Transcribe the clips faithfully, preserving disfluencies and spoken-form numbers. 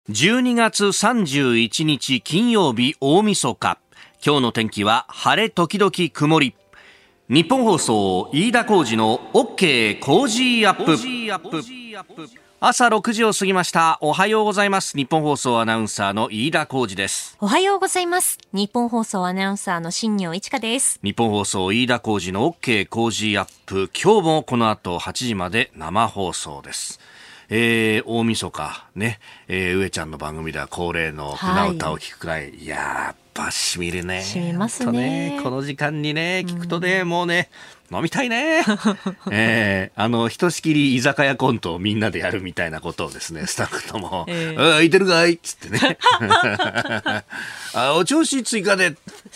じゅうにがつさんじゅういちにち金曜日、大晦日。今日の天気は晴れ時々曇り。日本放送飯田浩司の OK 工事アップ。朝ろくじを過ぎました。おはようございます。日本放送アナウンサーの飯田浩司です。 おはようございます。日本放送アナウンサーの新業一華です。 日本放送飯田浩司の OK 工事アップ。今日もこの後はちじまで生放送です。えー、大晦日ね、えー、上ちゃんの番組では恒例の船歌を聞くくらい、はい、いややっぱしみるね。 しみますね。 ねこの時間にね聞くとね、うん、もうね飲みたいね。えー、あのひとしきり居酒屋コントをみんなでやるみたいなことをですね、スタッフとも、えー、あいてるかいっつってね。あお調子追加で。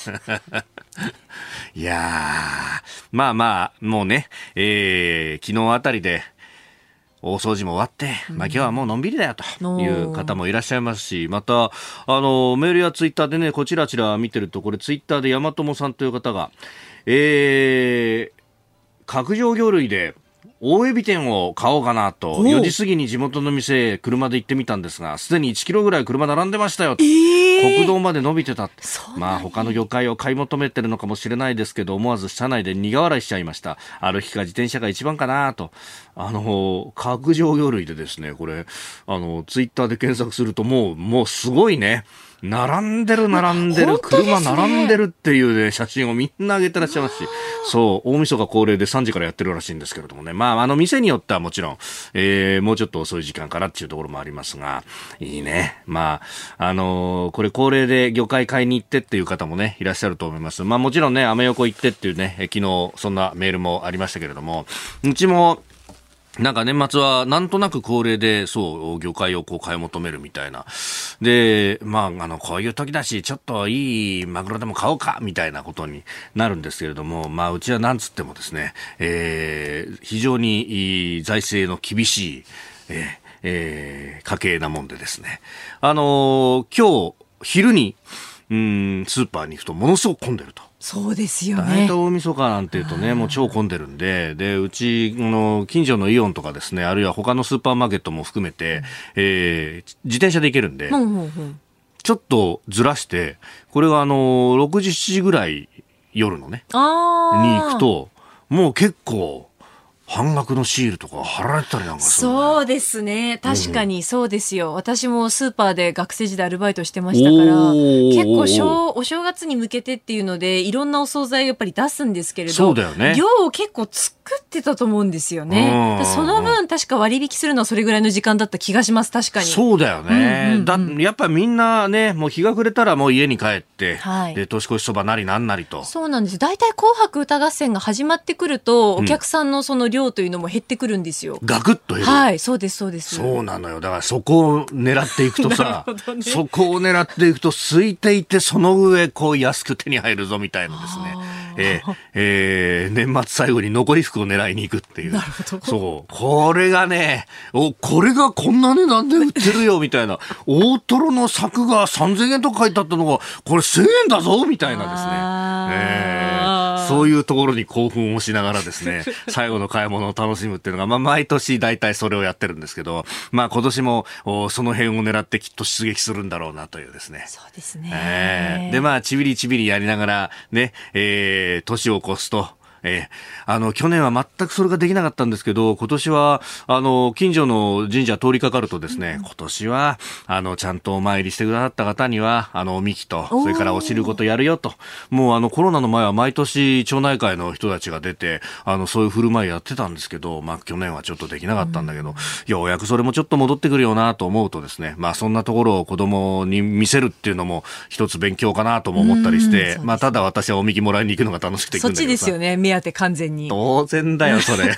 いやまあまあもうね、えー、昨日あたりで大掃除も終わって、まあ、今日はもうのんびりだよという方もいらっしゃいますし、またあのメールやツイッターでねこちらちら見てると、これツイッターで山友さんという方が、えー、角上魚類で大エビ天を買おうかなとよじ過ぎに地元の店へ車で行ってみたんですが、すでにいちキロぐらい車並んでましたよ、えー、国道まで伸びてた。まあ他の魚介を買い求めてるのかもしれないですけど、思わず車内で苦笑いしちゃいました。歩きか自転車が一番かなと。あの角上魚類でですね、これあのツイッターで検索するともうもうすごいね、並んでる並んでる、車並んでるっていうね写真をみんな上げてらっしゃいますし、そう大晦日恒例でさんじからやってるらしいんですけれどもね、まああの店によってはもちろん、えー、もうちょっと遅い時間からっていうところもありますが、いいね。まああのー、これ恒例で魚介買いに行ってっていう方もねいらっしゃると思います。まあもちろんねアメ横行ってっていうね、昨日そんなメールもありましたけれども、うちもなんか年末はなんとなく恒例でそう魚介をこう買い求めるみたいなで、まああのこういう時だしちょっといいマグロでも買おうかみたいなことになるんですけれども、まあうちはなんつってもですね、えー、非常に財政の厳しい、えーえー、家計なもんでですね、あのー、今日昼にうんスーパーに行くとものすごく混んでると。 そうですよね。 大体大晦日なんていうとねもう超混んでるんで、でうちの近所のイオンとかですね、あるいは他のスーパーマーケットも含めて、えー、自転車で行けるんで、うんうんうん、ちょっとずらしてこれがあのろくじしちじぐらい夜のねあに行くともう結構半額のシールとか貼られてたりなんかする、ね、 そうですね、確かにそうですよ、うん、私もスーパーで学生時代アルバイトしてましたから、結構しょお正月に向けてっていうのでいろんなお惣菜やっぱり出すんですけれど、 そうだよね、 量を結構作ってたと思うんですよね。その分確か割引するのはそれぐらいの時間だった気がします。確かにそうだよね、うんうんうん、だやっぱみんなねもう日が暮れたらもう家に帰って、はい、で年越しそばなりなんなりと。 そうなんです。だいたい紅白歌合戦が始まってくると、うん、お客さんのその量というのも減ってくるんですよ。 ガクッと減る。 はい、そうですそうです。 そうなのよ。だからそこを狙っていくとさ、ね、そこを狙っていくと空いていてその上こう安く手に入るぞみたいなですね、えーえー、年末最後に残り服を狙いに行くっていう。 なるほど。 そうこれがねおこれがこんな値段で売ってるよみたいな大トロの柵がさんぜんえんとか書いてあったのがこれせんえんだぞみたいなですね、えー、そういうところに興奮をしながらですね最後の買い物を楽しむっていうのが、まあ、毎年大体それをやってるんですけど、まあ、今年もその辺を狙ってきっと出撃するんだろうなというですね。 そうですね、 えー、でまあちびりちびりやりながらね、えー、年を越すとえー、あの去年は全くそれができなかったんですけど、今年はあの近所の神社通りかかるとですね、うん、今年はあのちゃんとお参りしてくださった方にはあのおみきとそれからお汁ごとやるよと、もうあのコロナの前は毎年町内会の人たちが出てあのそういう振る舞いやってたんですけど、まあ、去年はちょっとできなかったんだけど、うん、ようやくそれもちょっと戻ってくるよなと思うとですね、まあ、そんなところを子供に見せるっていうのも一つ勉強かなとも思ったりして、まあ、ただ私はおみきもらいに行くのが楽しくて行くんだけどさ、 そっちですよね、目当て完全に。 当然だよそれ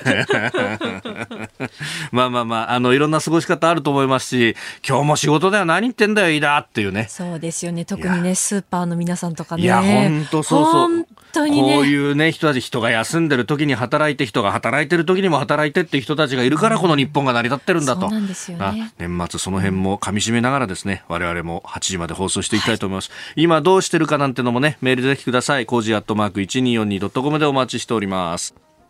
まあまあまああのいろんな過ごし方あると思いますし、今日も仕事だよ何言ってんだよ飯田っていうね。 そうですよね、特にねスーパーの皆さんとかね、 いや本当そうそう、 本当にね、 こういうね人たち、人が休んでる時に働いて、人が働いてる時にも働いてっていう人たちがいるからこの日本が成り立ってるんだと。 そうなんですよね。 年末その辺も噛み締めながらですね、我々もはちじまで放送していきたいと思います、はい、今どうしてるかなんてのもねメールでぜひください。コージーアットマーク いちにーよんにードットコム でお待ちしております。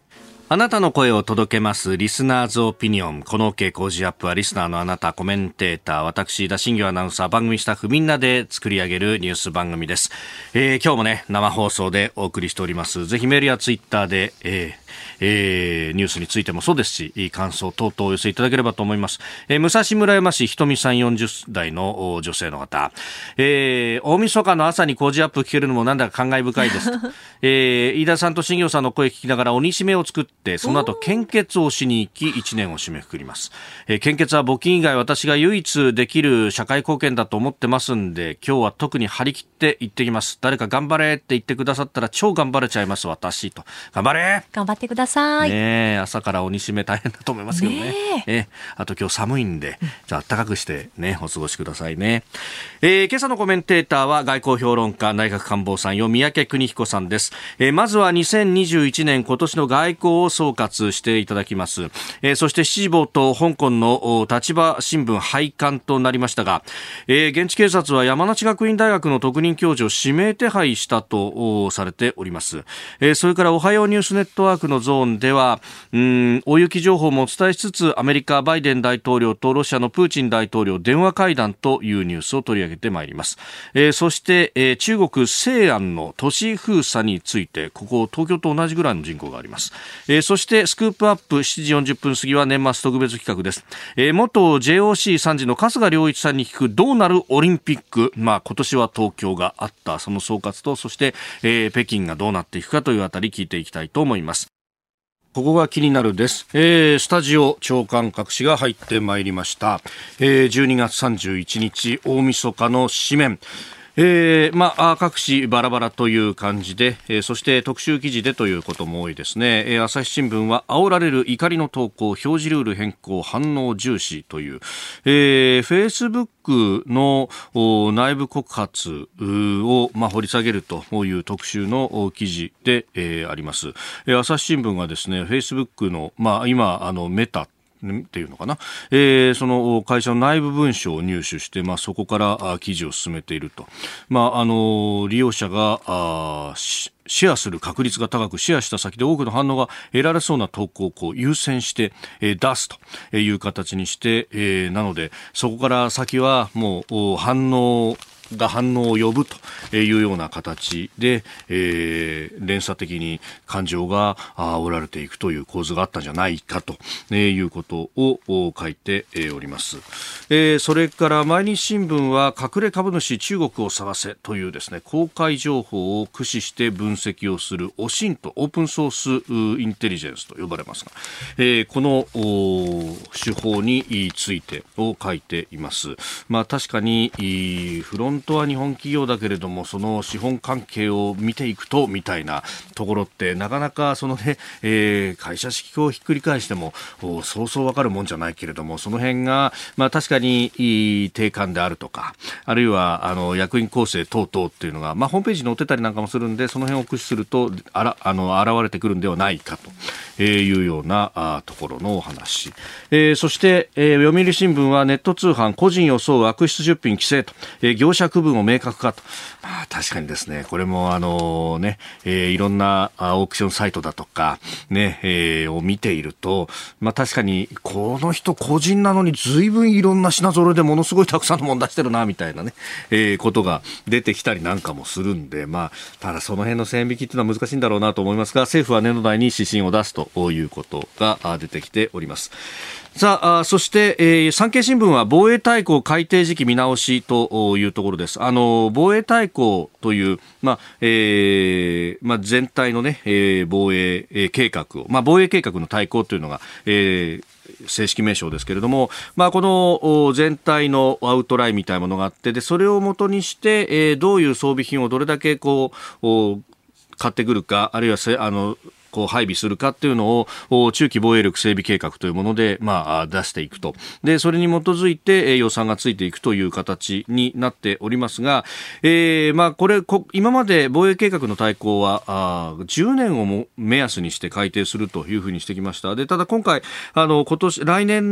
あなたの声を届けますリスナーズオピニオン。この OK 工事アップはリスナーのあなた、コメンテーター、私田新業アナウンサー、番組スタッフみんなで作り上げるニュース番組です。えー、今日もね生放送でお送りしております。ぜひメールやツイッターで、えーえー、ニュースについてもそうですし、感想等々お寄せいただければと思います。えー、武蔵村山市ひとみさんよんじゅっ代の女性の方、えー、大晦日の朝に工事アップ聞けるのもなんだか感慨深いですと、えー、飯田さんと新業さんの声聞きながら鬼しめを作ってその後献血をしに行きいちねんを締めくくります。えー、献血は募金以外私が唯一できる社会貢献だと思ってますんで、今日は特に張り切って行ってきます。誰か頑張れって言ってくださったら超頑張れちゃいます私と。頑張れ、 頑張ってください。 ねえ、朝から鬼しめ大変だと思いますけどね。ねええあと今日寒いんで、じゃあ暖かくしてねお過ごしくださいね。えー、今朝のコメンテーターは外交評論家内閣官房参与三宅邦彦さんです。えー、まずはにせんにじゅういちねん今年の外交を総括していただきます。えー、そしてしちじ冒頭香港の立場新聞廃刊となりましたが、えー、現地警察は山梨学院大学の特任教授を指名手配したとされております。えー、それからおはようニュースネットワークのゾーンではうん大雪情報もお伝えしつつ、アメリカバイデン大統領とロシアのプーチン大統領電話会談というニュースを取り上げてまいります。えー、そして、えー、中国西安の都市封鎖について、ここ東京と同じぐらいの人口があります。えー、そしてスクープアップしちじよんじゅっぷん過ぎは年末特別企画です。えー、元 ジェイオーシー 参事の春日良一さんに聞くどうなるオリンピック、まあ、今年は東京があったその総括と、そして、えー、北京がどうなっていくかというあたり聞いていきたいと思います。ここが気になるです。えー、スタジオ長官各紙が入ってまいりました。えー、じゅうにがつさんじゅういちにち大晦日の紙面、えーまあ、各紙バラバラという感じで、えー、そして特集記事でということも多いですね。えー、朝日新聞は煽られる怒りの投稿表示ルール変更反応重視という、えー、フェイスブックの内部告発を、まあ、掘り下げるという特集の記事で、えー、あります。えー、朝日新聞がですね、フェイスブックの、まあ、今あのメタっていうのかな、えー、その会社の内部文書を入手して、まあ、そこから記事を進めていると、まあ、あの利用者があシェアする確率が高く、シェアした先で多くの反応が得られそうな投稿をこう優先して、えー、出すという形にして、えー、なのでそこから先はもう反応が反応を呼ぶというような形で、えー、連鎖的に感情が煽られていくという構図があったんじゃないかということを書いております。えー、それから毎日新聞は隠れ株主中国を探せというですね、公開情報を駆使して分析をするオシントオープンソースインテリジェンスと呼ばれますが、えー、この手法についてを書いています。まあ確かにフロン本当は日本企業だけれども、その資本関係を見ていくとみたいなところってなかなかその、ねえー、会社指揮法をひっくり返してもそうそうわかるもんじゃないけれども、その辺が、まあ、確かに定款であるとか、あるいはあの役員構成等々っていうのが、まあ、ホームページに載ってたりなんかもするんで、その辺を駆使するとあらあの現れてくるんではないかというようなあところのお話、えー、そして、えー、読売新聞はネット通販個人装う悪質出品規制と、えー、業者区分を明確化と、まあ、確かにですね、これもあのね、えー、いろんなオークションサイトだとかね、えー、を見ていると、まあ確かにこの人個人なのに随分いろんな品揃えでものすごいたくさんのもの出してるなみたいなね、えー、ことが出てきたりなんかもするんで、まあただその辺の線引きっていうのは難しいんだろうなと思いますが、政府は年度内に指針を出すということが出てきております。さあ、あそして、えー、産経新聞は防衛大綱改定時期見直しというところです。あの防衛大綱という、まあえーまあ、全体の、ねえー、防衛、えー、計画を、まあ、防衛計画の大綱というのが、えー、正式名称ですけれども、まあ、この全体のアウトラインみたいなものがあって、でそれをもとにして、えー、どういう装備品をどれだけこう買ってくるか、あるいはせあのこう配備するかっていうのを中期防衛力整備計画というもので、まあ、出していくと。でそれに基づいて予算がついていくという形になっておりますが、えーまあ、これこ今まで防衛計画の大綱はあじゅうねんをも目安にして改定するというふうにしてきました。でただ今回あの今年来年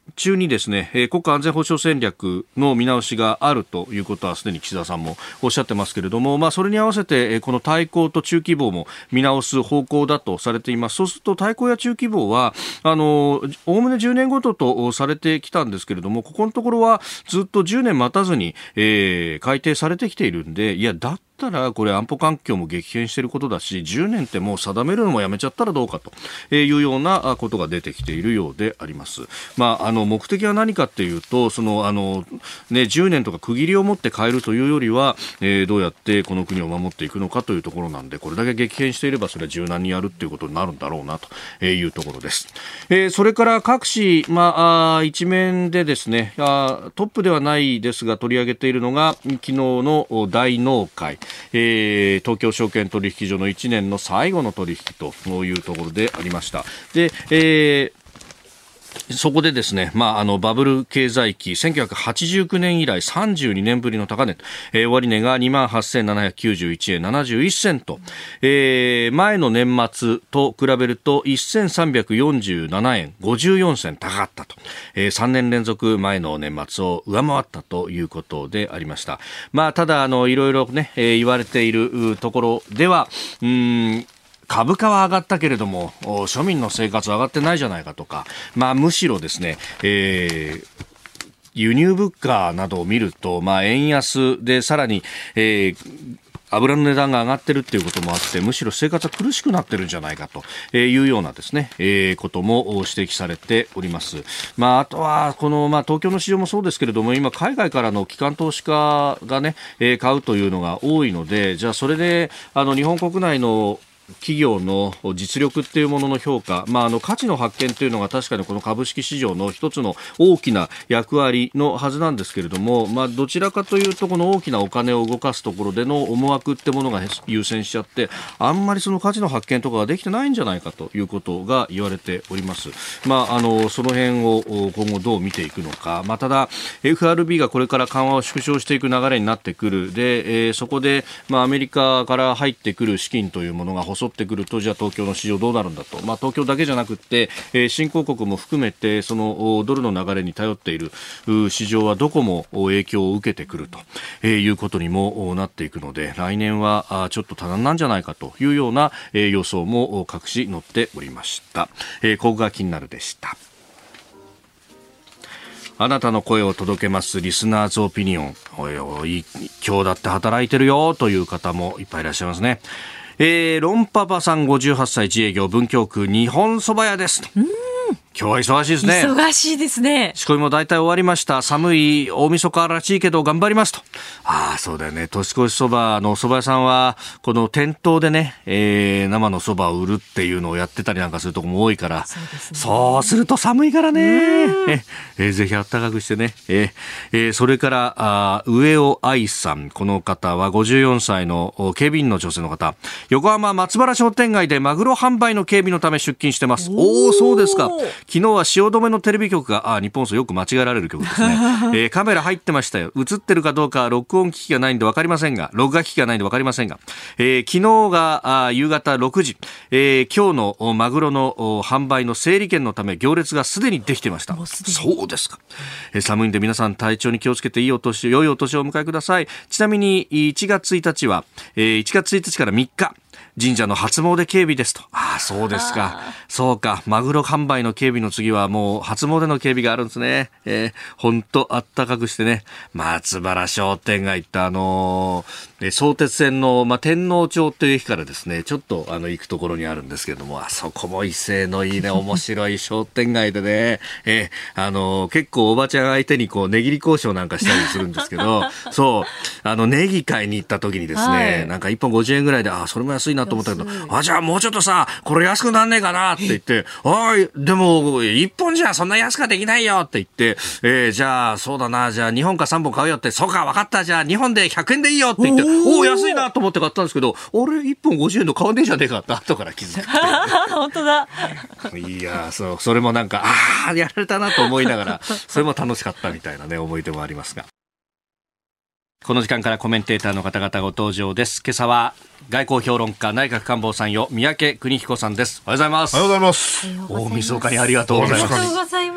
中にですね、えー、国家安全保障戦略の見直しがあるということはすでに岸田さんもおっしゃってますけれども、まあ、それに合わせて、えー、この大綱と中期防も見直す方向だとされています。そうすると大綱や中期防はあのおおむねじゅうねんごととされてきたんですけれども、ここのところはずっとじゅうねん待たずに、えー、改定されてきているんで、いやだったらこれ安保環境も激変していることだし、じゅうねんってもう定めるのもやめちゃったらどうかというようなことが出てきているようであります。まあ、あの目的は何かっていうと、そのあの、ね、じゅうねんとか区切りを持って変えるというよりは、えー、どうやってこの国を守っていくのかというところなんで、これだけ激変していればそれは柔軟にやるということになるんだろうなというところです。えー、それから各紙、まあ、あ一面でですね、あトップではないですが取り上げているのが昨日の大納会、えー、東京証券取引所のいちねんの最後の取引というところでありました。で、えーそこでですね、まあ、あのバブル経済期せんきゅうひゃくはちじゅうきゅうねん以来さんじゅうにねんぶりの高値、えー、終値が にまんはっせんななひゃくきゅうじゅういちえんななじゅういっせんと、えー、前の年末と比べるとせんさんびゃくよんじゅうななえんごじゅうよんせん高かったと、えー、さんねん連続前の年末を上回ったということでありました。まあ、ただあのいろいろね、えー、言われているところでは、うーん株価は上がったけれども庶民の生活は上がってないじゃないかとか、まあ、むしろですね、えー輸入物価などを見ると、まあ、円安でさらに、えー油の値段が上がってるっていうこともあって、むしろ生活は苦しくなってるんじゃないかというようなですね、えー、ことも指摘されております。まあ、あとはこの、まあ、東京の市場もそうですけれども、今海外からの機関投資家がね、えー、買うというのが多いので、じゃあそれであの日本国内の企業の実力っていうものの評価、まあ、あの価値の発見というのが確かにこの株式市場の一つの大きな役割のはずなんですけれども、まあ、どちらかというとこの大きなお金を動かすところでの思惑ってものが優先しちゃって、あんまりその価値の発見とかができてないんじゃないかということが言われております。まあ、あのその辺を今後どう見ていくのか、まあ、ただ エフアールビー がこれから緩和を縮小していく流れになってくるで、えー、そこで、まあ、アメリカから入ってくる資金というものが襲ってくると、じゃあ東京の市場どうなるんだと、まあ、東京だけじゃなくって、えー、新興国も含めてそのドルの流れに頼っている市場はどこも影響を受けてくると、えー、いうことにもなっていくので、来年はあちょっと多難なんじゃないかというような、えー、予想も各紙載っておりました。えー、ここが気になるでした。あなたの声を届けますリスナーズオピニオン、おいおい今日だって働いてるよという方もいっぱいいらっしゃいますね。えー、ロンパパさんごじゅうはっさい、自営業文京区日本そば屋です。うーん、今日は忙しいですね。 忙しいですね。 仕込みも大体終わりました。寒い大晦日らしいけど頑張りますと。ああ、そうだよね。年越しそばのお蕎麦屋さんはこの店頭でね、えー、生のそばを売るっていうのをやってたりなんかするとこも多いから、そうですね、そうすると寒いからね。ええー、ぜひあったかくしてね。えーえー、それからあ上尾愛さん、この方はごじゅうよんさいの警備員の女性の方、横浜松原商店街でマグロ販売の警備のため出勤してます。おお、そうですか。昨日は汐留のテレビ局が、あ、日本放送よく間違えられる曲ですね、えー、カメラ入ってましたよ。映ってるかどうか録音機器がないんで分かりませんが、録画機器がないんで分かりませんが、えー、昨日があ夕方ろくじ、えー、今日のマグロの販売の整理券のため行列がすでにできていました。そうですか。えー、寒いんで皆さん体調に気をつけていいお年、良いお年をお迎えください。ちなみにいちがつついたちは、えー、いちがつついたちからみっか神社の初詣警備ですと。ああ、そうですか。そうか。マグロ販売の警備の次はもう初詣の警備があるんですね。えー、ほんとあったかくしてね。松原商店街ってあのー、相鉄線の、まあ、天王町っていう駅からですね、ちょっとあの行くところにあるんですけれども、あそこも威勢のいいね、面白い商店街でね、えー、あのー、結構おばちゃん相手にこう、値切り交渉なんかしたりするんですけど、そう、あの、ネギ買いに行った時にですね、はい、なんかいっぽんごじゅうえんぐらいで、あ、それも安いなと思ったけど、あ、じゃあもうちょっとさ、これ安くなんねえかなって言って、おい、でもいっぽんじゃそんな安くはできないよって言って、えー、じゃあそうだな、じゃあにほんかさんぼん買うよって、そうか分かった、じゃあにほんでひゃくえんでいいよって言って、おお、安いなと思って買ったんですけど、俺いっぽんごじゅうえんの買わねえじゃねえかって後から気づく本当だ。 いや、そう、それもなんか、ああやられたなと思いながら、それも楽しかったみたいなね、思い出もありますが、この時間からコメンテーターの方々がご登場です。今朝は外交評論家、内閣官房参与、三宅邦彦さんです。おはようございます。 おはようございます。 大晦日にありがとうございます。 ありがとうございます。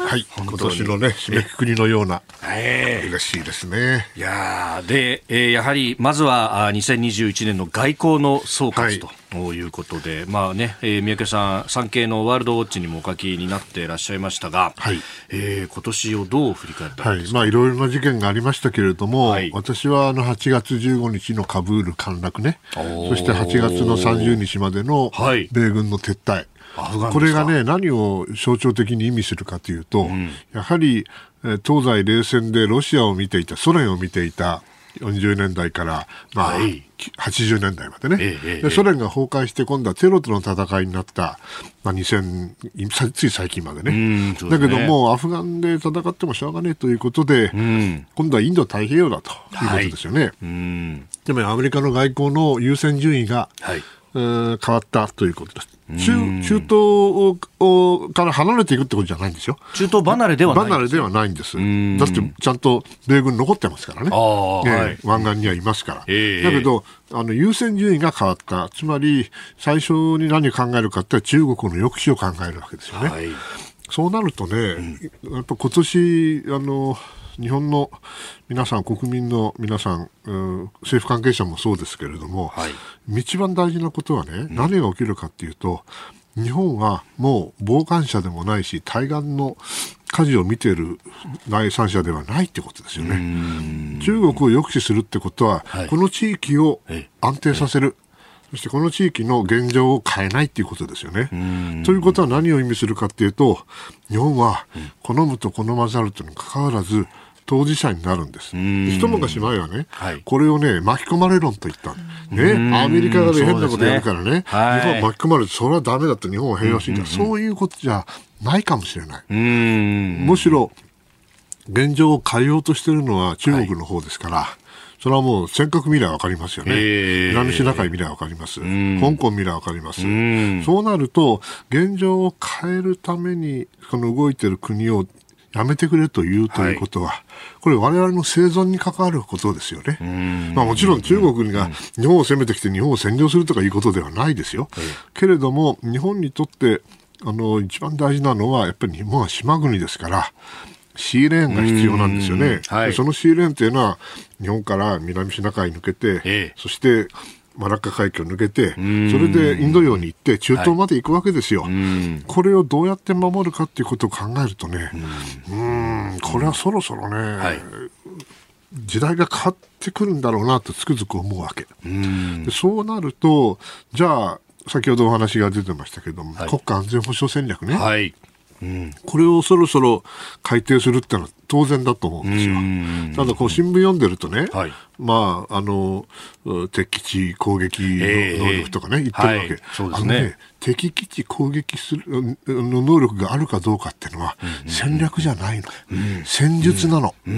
はい、今年のね締めくくりのような、えー、嬉しいですね。 いやで、えー、やはりまずはにせんにじゅういちねんの外交の総括と、はいということで、まあね、えー、三宅さん、産経のワールドウォッチにもお書きになっていらっしゃいましたが、はいえー、今年をどう振り返ったんですか。 はい、まあ、いろいろな事件がありましたけれども、はい、私はあのはちがつじゅうごにちのカブール陥落ね、そしてはちがつのさんじゅうにちまでの米軍の撤退、はい、これがね、何を象徴的に意味するかというと、うん、やはり東西冷戦でロシアを見ていた、ソ連を見ていたよんじゅうねんだいから、まあはい、はちじゅうねんだいまでね、ええ、でソ連が崩壊して今度はテロとの戦いになった、まあ、にせんつい最近まで ね, ねだけどもうアフガンで戦ってもしょうがねえということで、うん、今度はインド太平洋だということですよね、はい、うんでもアメリカの外交の優先順位が、はいえー、変わったということです。中, 中東をから離れていくってことじゃないんですよ。 中東離れではないんです離れではないんです。だってちゃんと米軍残ってますからね、あ、えーはい、湾岸にはいますから、えー、だけどあの優先順位が変わった。つまり最初に何を考えるかって中国の抑止を考えるわけですよね、はい、そうなるとね、うん、やっぱ今年あの日本の皆さん、国民の皆さん、うん、政府関係者もそうですけれども、はい、一番大事なことはね、うん、何が起きるかというと、日本はもう傍観者でもないし、対岸の火事を見ている第三者ではないということですよね。中国を抑止するってことは、はい、この地域を安定させる。そしてこの地域の現状を変えないということですよね。ということは何を意味するかというと、日本は好むと好まざるとにかかわらず当事者になるんです。一昔前はね、はい、これをね巻き込まれ論と言った、ね、アメリカが、ね、変なことやるからね、はい、日本は巻き込まれてそれはダメだと日本は平和主義だ、そういうことじゃないかもしれない。むしろ現状を変えようとしているのは中国の方ですから、はい、それはもう尖閣未来わかりますよね。南シナ海未来わかります。香港未来わかります。そうなると現状を変えるためにこの動いている国をやめてくれというということは、はい、これ我々の生存に関わることですよね。まあ、もちろん中国が日本を攻めてきて日本を占領するとかいうことではないですよ、はい、けれども日本にとってあの一番大事なのはやっぱり日本は島国ですからシーレーンが必要なんですよね、はい、そのシーレーンというのは日本から南シナ海抜けて、ええ、そしてマラッカ海峡を抜けて、それでインド洋に行って中東まで行くわけですよ、はい、これをどうやって守るかということを考えるとね、うーんこれはそろそろね、はい、時代が変わってくるんだろうなとつくづく思うわけ。うんでそうなるとじゃあ先ほどお話が出てましたけども、はい、国家安全保障戦略ね、はいうん、これをそろそろ改定するってのは当然だと思うんですよ。うんただこう新聞読んでるとね、はいまあ、あの敵基地攻撃の能力とかね、えー、言ってるわけ、はいそうですね、あのね敵基地攻撃するの能力があるかどうかっていうのは戦略じゃないの、うん、戦術なの、うん、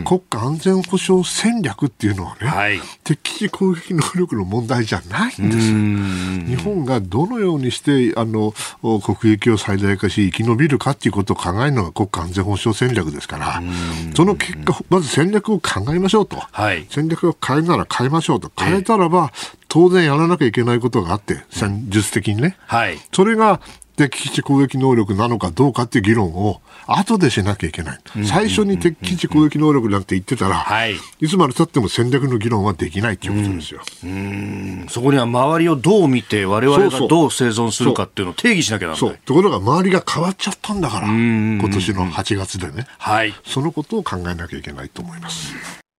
国家安全保障戦略っていうのはね、はい、敵基地攻撃能力の問題じゃないんです、うん、日本がどのようにしてあの国益を最大化し生き延びるかっていうことを考えるのが国家安全保障戦略ですから、うんその結果まず戦略を考えましょうと、はい、戦略を変えるなら変えましょうと変えたらば、えー、当然やらなきゃいけないことがあって戦術的にね、はい、それが敵基地攻撃能力なのかどうかっていう議論を後でしなきゃいけない、うん、最初に敵基地攻撃能力なんて言ってたら、はい、いつまで経っても戦略の議論はできないということですよ、 うん、うんそこには周りをどう見て我々がどう生存するかっていうのを定義しなきゃならない。そうところが周りが変わっちゃったんだから今年のはちがつでね、はい、そのことを考えなきゃいけないと思います。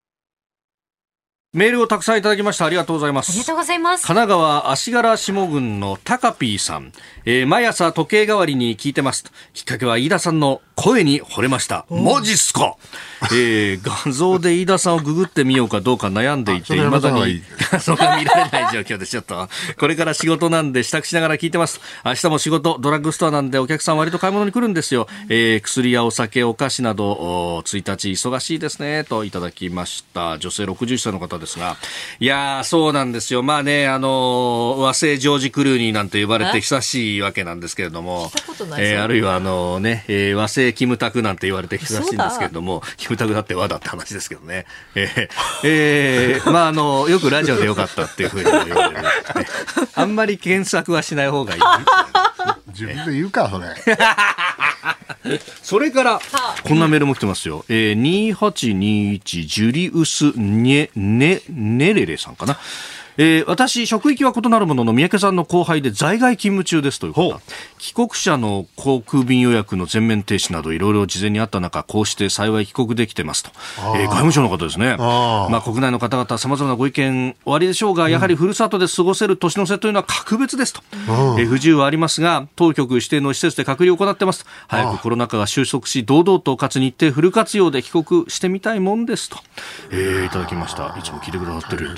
メールをたくさんいただきましたありがとうございます。 ありがとうございます。 神奈川足柄下郡のタカピーさん、えー、毎朝時計代わりに聞いてます。きっかけは飯田さんの声に惚れました。マジっすか、えー、画像で飯田さんをググってみようかどうか悩んでいて未だに画像が見られない状況でちょっとこれから仕事なんで支度しながら聞いてます。明日も仕事ドラッグストアなんでお客さん割と買い物に来るんですよ、えー、薬やお酒お菓子などついたち忙しいですねといただきました。女性ろくじゅっさいの方ですが、いやーそうなんですよ。まあねあのー、和製ジョージ・クルーニーなんて呼ばれて久しいわけなんですけれども、えー、あるいはあのね、えー、和製キムタクなんて言われて久しいんですけれども、キムタクだって和だって話ですけどね、えーえー、まああのよくラジオでよかったっていうふうに言われる、ね、あんまり検索はしない方がいい自分で言うかそれそれからこんなメールも来てますよ、えー、にーはちにーいちジュリウスネネネレレさんかな。えー、私、職域は異なるものの三宅さんの後輩で在外勤務中ですということ。帰国者の航空便予約の全面停止などいろいろ事前にあった中、こうして幸い帰国できてますと。えー、外務省の方ですね。あ、まあ、国内の方々様々なご意見おありでしょうが、やはりふるさとで過ごせる年の瀬というのは格別ですと。えー、不自由はありますが、当局指定の施設で隔離を行ってますと。早くコロナ禍が収束し、堂々とかつ日程フル活用で帰国してみたいもんですと。えー、いただきました。いつも聞いてくださってるようです。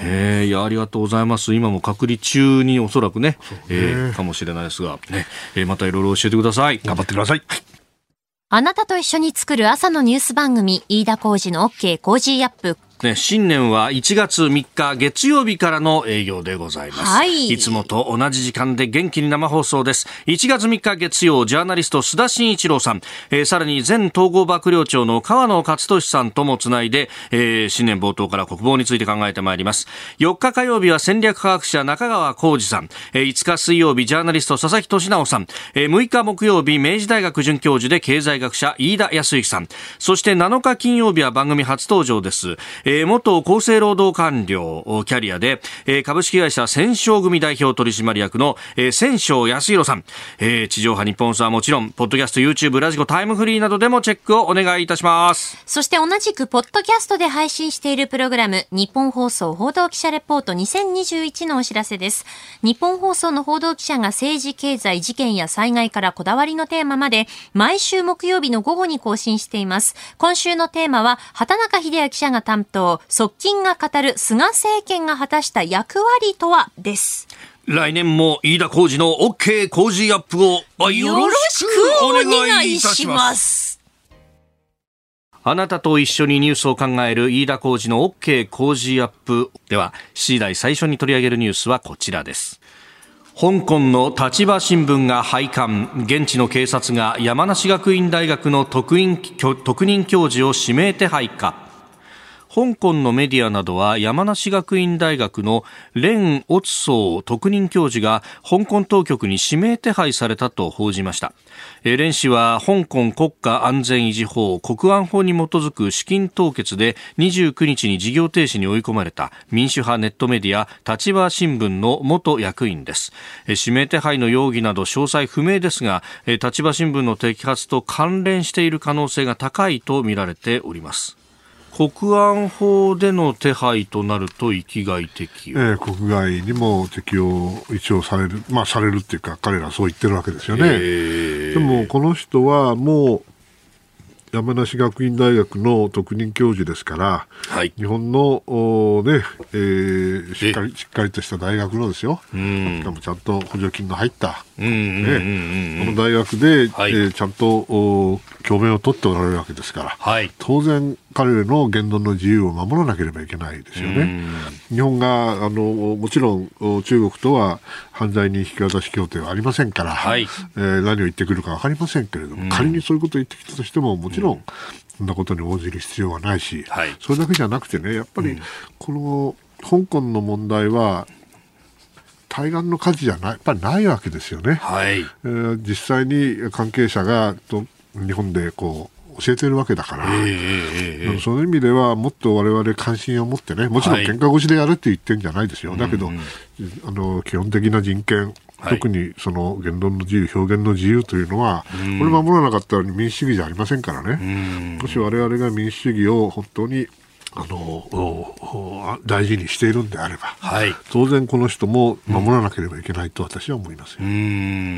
えー、いやありがとうございます。今も隔離中におそらく ね, ね、えー、かもしれないですが、ね、えー、またいろいろ教えてください。 頑張ってください。 あなたと一緒に作る朝のニュース番組、飯田浩司の OK コージーアップ。 ね、新年はいちがつみっか月曜日からの営業でございます、はい、いつもと同じ時間で元気に生放送です。いちがつみっか月曜、ジャーナリスト須田慎一郎さん、えー、さらに前統合幕僚長の河野克俊さんともつないで、えー、新年冒頭から国防について考えてまいります。よっか火曜日は戦略科学者中川浩二さん、えー、いつか水曜日ジャーナリスト佐々木俊直さん、えー、むいか木曜日明治大学准教授で経済学者飯田康之さん、そしてなのか金曜日は番組初登場です、えー、元厚生労働官僚キャリアで、えー、株式会社千商組代表取締役の、えー、千商康弘さん、えー、地上波日本放送はもちろんポッドキャスト YouTube ラジコタイムフリーなどでもチェックをお願いいたします。 そして同じくポッドキャストで配信しているプログラム日本放送報道記者レポートにせんにじゅういちのお知らせです。日本放送の報道記者が政治経済事件や災害からこだわりのテーマまで毎週木曜日の午後に更新しています。今週のテーマは畑中秀也記者が担当、側近が語る菅政権が果たした役割とはです。 来年も飯田浩司の OK 工事アップをよろしくお願いいたします。あなたと一緒にニュースを考える飯田浩司の OK 工事アップでは、しちじ台最初に取り上げるニュースはこちらです。香港の立場新聞が廃刊、現地の警察が山梨学院大学の特任、特任教授を指名手配か。香港のメディアなどは山梨学院大学の連オツソー特任教授が香港当局に指名手配されたと報じました。連氏は香港国家安全維持法国安法に基づく資金凍結でにじゅうくにちに事業停止に追い込まれた民主派ネットメディア立場新聞の元役員です。指名手配の容疑など詳細不明ですが、立場新聞の摘発と関連している可能性が高いとみられております。国安法での手配となると域外適用、 えー、国外にも適用一応される、まあされるっていうか彼らはそう言ってるわけですよね、えー、でもこの人はもう山梨学院大学の特任教授ですから、はい、日本の、ねえー、しっかり、しっかりとした大学のですよ、うん、しかもちゃんと補助金の入った、うんうんうんうん、この大学で、はい、えー、ちゃんと教鞭を取っておられるわけですから、はい、当然彼らの言論の自由を守らなければいけないですよね。日本があのもちろん中国とは犯罪人引き渡し協定はありませんから、はい、えー、何を言ってくるか分かりませんけれども、仮にそういうことを言ってきたとしてももちろんそんなことに応じる必要はないし、はい、それだけじゃなくてね、やっぱりこの香港の問題は対岸の火事じゃないやっぱりないわけですよね、はい、えー、実際に関係者がと日本でこう教えているわけだから、えーえー、その意味ではもっと我々関心を持ってね、もちろん喧嘩腰でやるって言ってるんじゃないですよ、はい、だけど、うんうん、あの基本的な人権、はい、特にその言論の自由、表現の自由というのは、うん、これ守らなかったら民主主義じゃありませんからね、うん、もし我々が民主主義を本当にあの大事にしているんであれば、はい、当然この人も守らなければいけないと私は思いますよ、うん、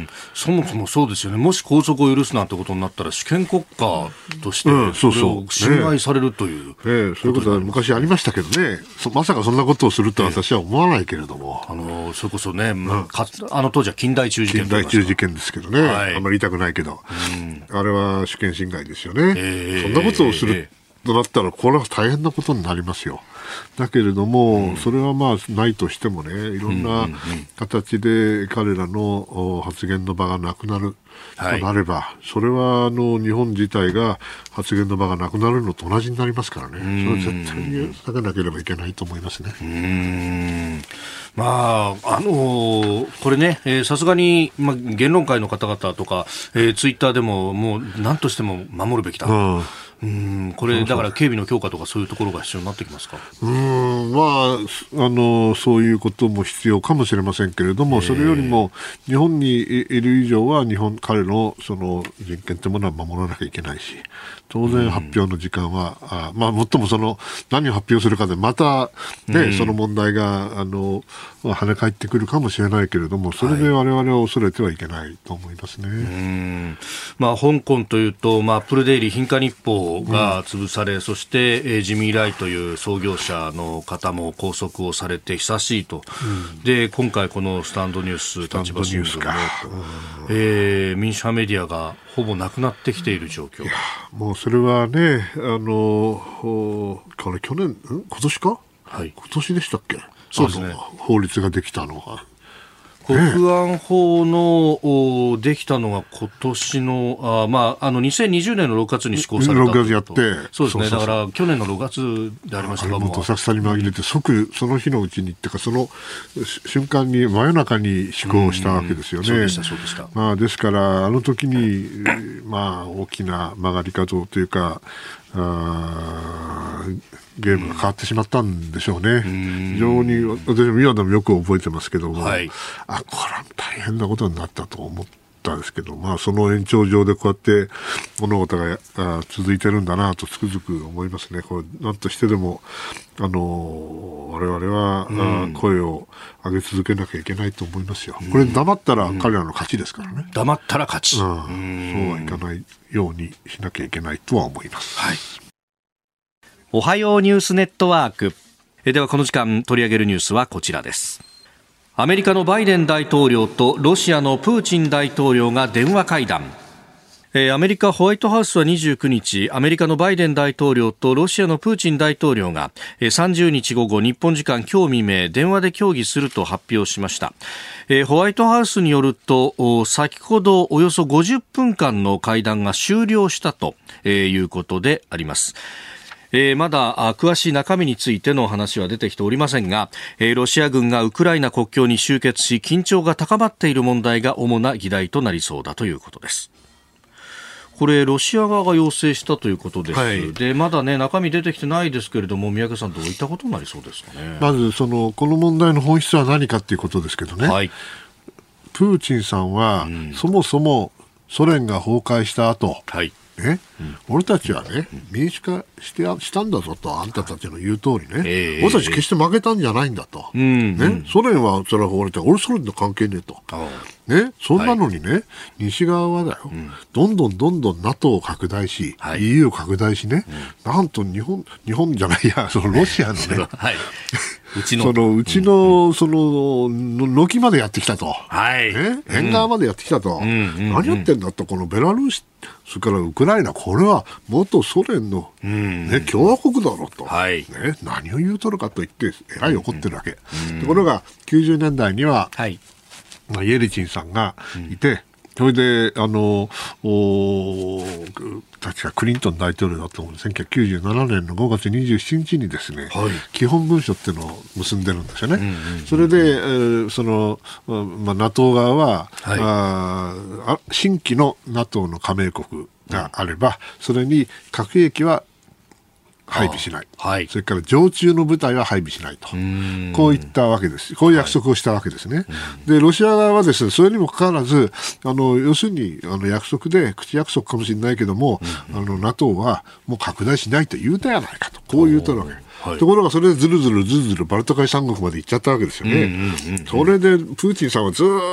そもそもそうですよね。もし拘束を許すなんてことになったら主権国家としてそれを侵害されるという、 うん、ねね、そういうことは昔ありましたけどね、まさかそんなことをするとは私は思わないけれども、 えー、あのそれこそね、うん、かあの当時は近代中事件近代中事件ですけどね、はい、あんまり言いたくないけど、うん、あれは主権侵害ですよね、えー、そんなことをする、えーとなったらこれは大変なことになりますよ。だけれども、うん、それはまあないとしてもね、いろんな形で彼らの発言の場がなくなるとなれば、はい、それはあの日本自体が発言の場がなくなるのと同じになりますからね。それは絶対に避けなければいけないと思いますね。 うーん、まああのー、これね、さすがに、まあ、言論会の方々とか、えー、ツイッターでももう何としても守るべきだ、うんうん、これだから警備の強化とかそういうところが必要になってきますか。 うーん、まあ、あのそういうことも必要かもしれませんけれども、それよりも日本にいる以上は日本彼のその人権というものは守らなきゃいけないし、当然発表の時間は、うん、あまあ、もっともその何を発表するかでまた、ね、うん、その問題があの跳ね返ってくるかもしれないけれども、それで我々は恐れてはいけないと思いますね。はい、うん、 まあ、香港というと、まあ、プルデイリー貧華日報が潰され、うん、そして、えー、ジミー・ライという創業者の方も拘束をされて久しいと、うん、で今回このスタンドニュース立場新聞も、うん、えー、民主派メディアがほぼなくなってきている状況。 いやもうそれはね、あのこれ去年ん今年か、はい、今年でしたっけ。そうですね、法律ができたのは国安法のできたのが今年の、あ、まあ、あのにせんにじゅうねんのろくがつに施行されたろくがつやって、 そうですね、だから去年のろくがつでありましたが、 もうどさくさに紛れて即その日のうちにっていうかその瞬間に真夜中に施行したわけですよね。 そうでしたそうでした。 まあ、ですからあの時に、まあ、大きな曲がり角というかあゲームが変わってしまったんでしょうね。非常に私も今でもよく覚えてますけども、はい、あこれは大変なことになったと思ったんですけど、まあ、その延長上でこうやって物事があ続いてるんだなとつくづく思いますね。これ何としてでもあの我々は、うん、声を上げ続けなきゃいけないと思いますよ。これ黙ったら彼らの勝ちですからね。 うん、黙ったら勝ち、うん、 そうはいかないようにしなきゃいけないとは思います。 はい、おはようニュースネットワーク。えではこの時間取り上げるニュースはこちらです。アメリカのバイデン大統領とロシアのプーチン大統領が電話会談。アメリカホワイトハウスはにじゅうくにち、アメリカのバイデン大統領とロシアのプーチン大統領がさんじゅうにち午後日本時間今日未明電話で協議すると発表しました。ホワイトハウスによると先ほどおよそごじゅっぷんかんの会談が終了したということであります。えー、まだ詳しい中身についての話は出てきておりませんが、えー、ロシア軍がウクライナ国境に集結し緊張が高まっている問題が主な議題となりそうだということです。これロシア側が要請したということです、はい、でまだ、ね、中身出てきてないですけれども、宮家さんどういったことになりそうですかね。 まずそのこの問題の本質は何かということですけどね、はい、プーチンさんは、うん、そもそもソ連が崩壊した後、はいねうん、俺たちはね、うん、民主化してしたんだぞと、あんたたちの言う通りね、えー、俺たち決して負けたんじゃないんだと、うんねうん、ソ連はそれは壊れて、俺ソ連と関係ねえと、ね、そんなのにね、はい、西側はだよ、うん、どんどんどんどん ナトー を拡大し、はい、イーユー を拡大しね、うん、なんと日本、日本じゃないや、そのロシアのね、はい、うちのそのうちの、うん、その軒までやってきたと、はいね、縁側までやってきたと、うん、何やってんだと、このベラルーシ、それからウクライナ、これは元ソ連の、ね、共和国だろうと、はいね、何を言うとるかと言ってえらい怒ってるわけ、うん、ところがきゅうじゅうねんだいには、はいまあ、イエリチンさんがいて、うん、それであの確かクリントン大統領だと思うせんきゅうひゃくきゅうじゅうななねんのごがつにじゅうしちにちにですね、はい、基本文書っていうのを結んでるんですよね、うんうんうん、それで、えーそのまあ、ナトー 側は、はい、あ新規の ナトー の加盟国があれば、うん、それに核兵器は配備しない、はい、それから常駐の部隊は配備しないと、こういったわけです。こういう約束をしたわけですね、はい、でロシア側はですね、それにもかかわらずあの要するにあの約束で口約束かもしれないけども、うんうん、あの ナトー はもう拡大しないと言うたやないかと、こう言うたわけ、はい、ところがそれでずるずるずるずるバルト海三国まで行っちゃったわけですよね、うんうんうんうん、それでプーチンさんはずっ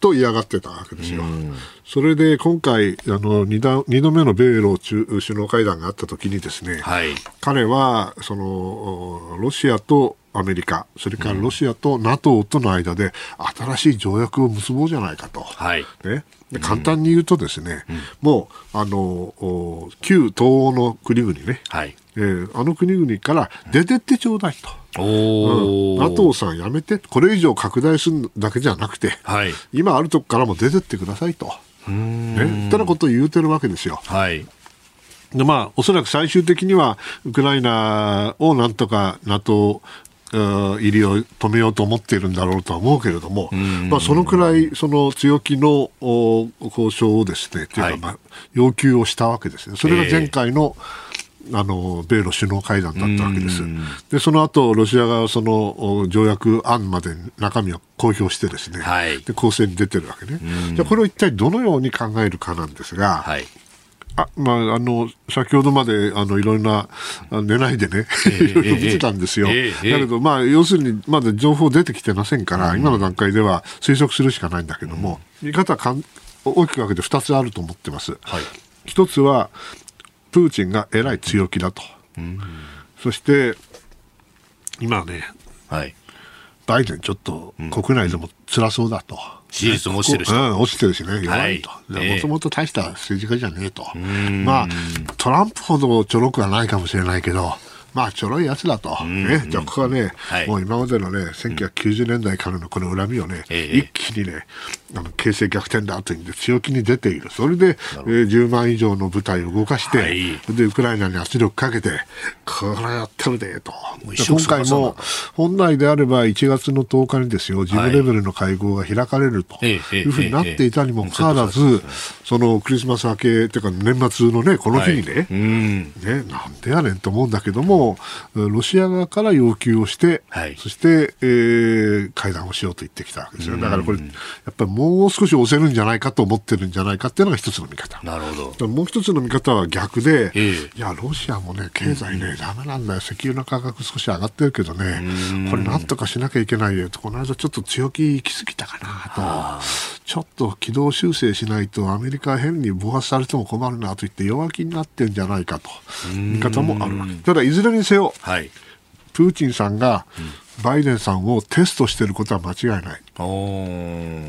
と嫌がってたわけですよ。それで今回あの 2, だにどめの米ロ首脳会談があった時にですね、はい、彼はそのロシアとアメリカ、それからロシアと ナトー との間で新しい条約を結ぼうじゃないかと、はいね、で簡単に言うとですね、うん、もうあの旧東欧の国々ね、はいえー、あの国々から出てってちょうだいと。おうん、ナトー さんやめて、これ以上拡大するだけじゃなくて、はい、今あるとこからも出てってくださいと、うーん、ね、ってなことを言うてるわけですよ。はいでまあ、おそらく最終的にはウクライナをなんとか ナトー 入りを止めようと思っているんだろうとは思うけれども、まあ、そのくらいその強気の交渉をですね、というかまあ要求をしたわけですね。それが前回の、えー、あの米ロ首脳会談だったわけです。でその後ロシア側はその条約案まで中身を公表してですね、はい、で攻勢に出てるわけね。じゃあこれを一体どのように考えるかなんですが、はいあまあ、あの先ほどまであのいろんな寝ないでね、えー、いろいろ見てたんですよ、えーえー、だけど、まあ、要するにまだ情報出てきてませんから、うん、今の段階では推測するしかないんだけども、うん、見方はかん大きく分けてふたつあると思ってます、はい、ひとつはプーチンがえらい強気だと、うん、そして今ね、はい、バイデンちょっと国内でも辛そうだと、うん支持率も落ちてるし、 うん、落ちてるしね、弱いと。もともと大した政治家じゃねえと。まあ、トランプほどちょろくはないかもしれないけど、まあ、ちょろいやつだと。ね、じゃあ、ここはね、はい、もう今までのね、せんきゅうひゃくきゅうじゅうねんだいからのこの恨みをね、ええ、一気にね、あの形勢逆転だというんで強気に出ている。それで、えー、じゅうまん以上の部隊を動かして、はい、で、ウクライナに圧力かけて、これやってるで、と。今回も、本来であればいちがつのとおかにですよ、事務レベルの会合が開かれるというふうになっていたにもかかわらず、そのクリスマス明けというか年末のね、この日にね、はい、ね、なんでやねんと思うんだけども、ロシア側から要求をして、はい、そして、えー、会談をしようと言ってきたわけですよ。だからこれ、やっぱりもう少し押せるんじゃないかと思ってるんじゃないかっていうのが一つの見方。なるほど。もう一つの見方は逆で、えー、いや、ロシアもね、経済ね、ダメなんだよ。石油の価格少し上がってるけどね、これなんとかしなきゃいけないよと、この間ちょっと強気行き過ぎたかなと。ちょっと軌道修正しないとアメリカ変に暴発されても困るなと言って弱気になってるんじゃないかと見方もあるわけ。ただいずれにせよ、はい、プーチンさんがバイデンさんをテストしていることは間違いない。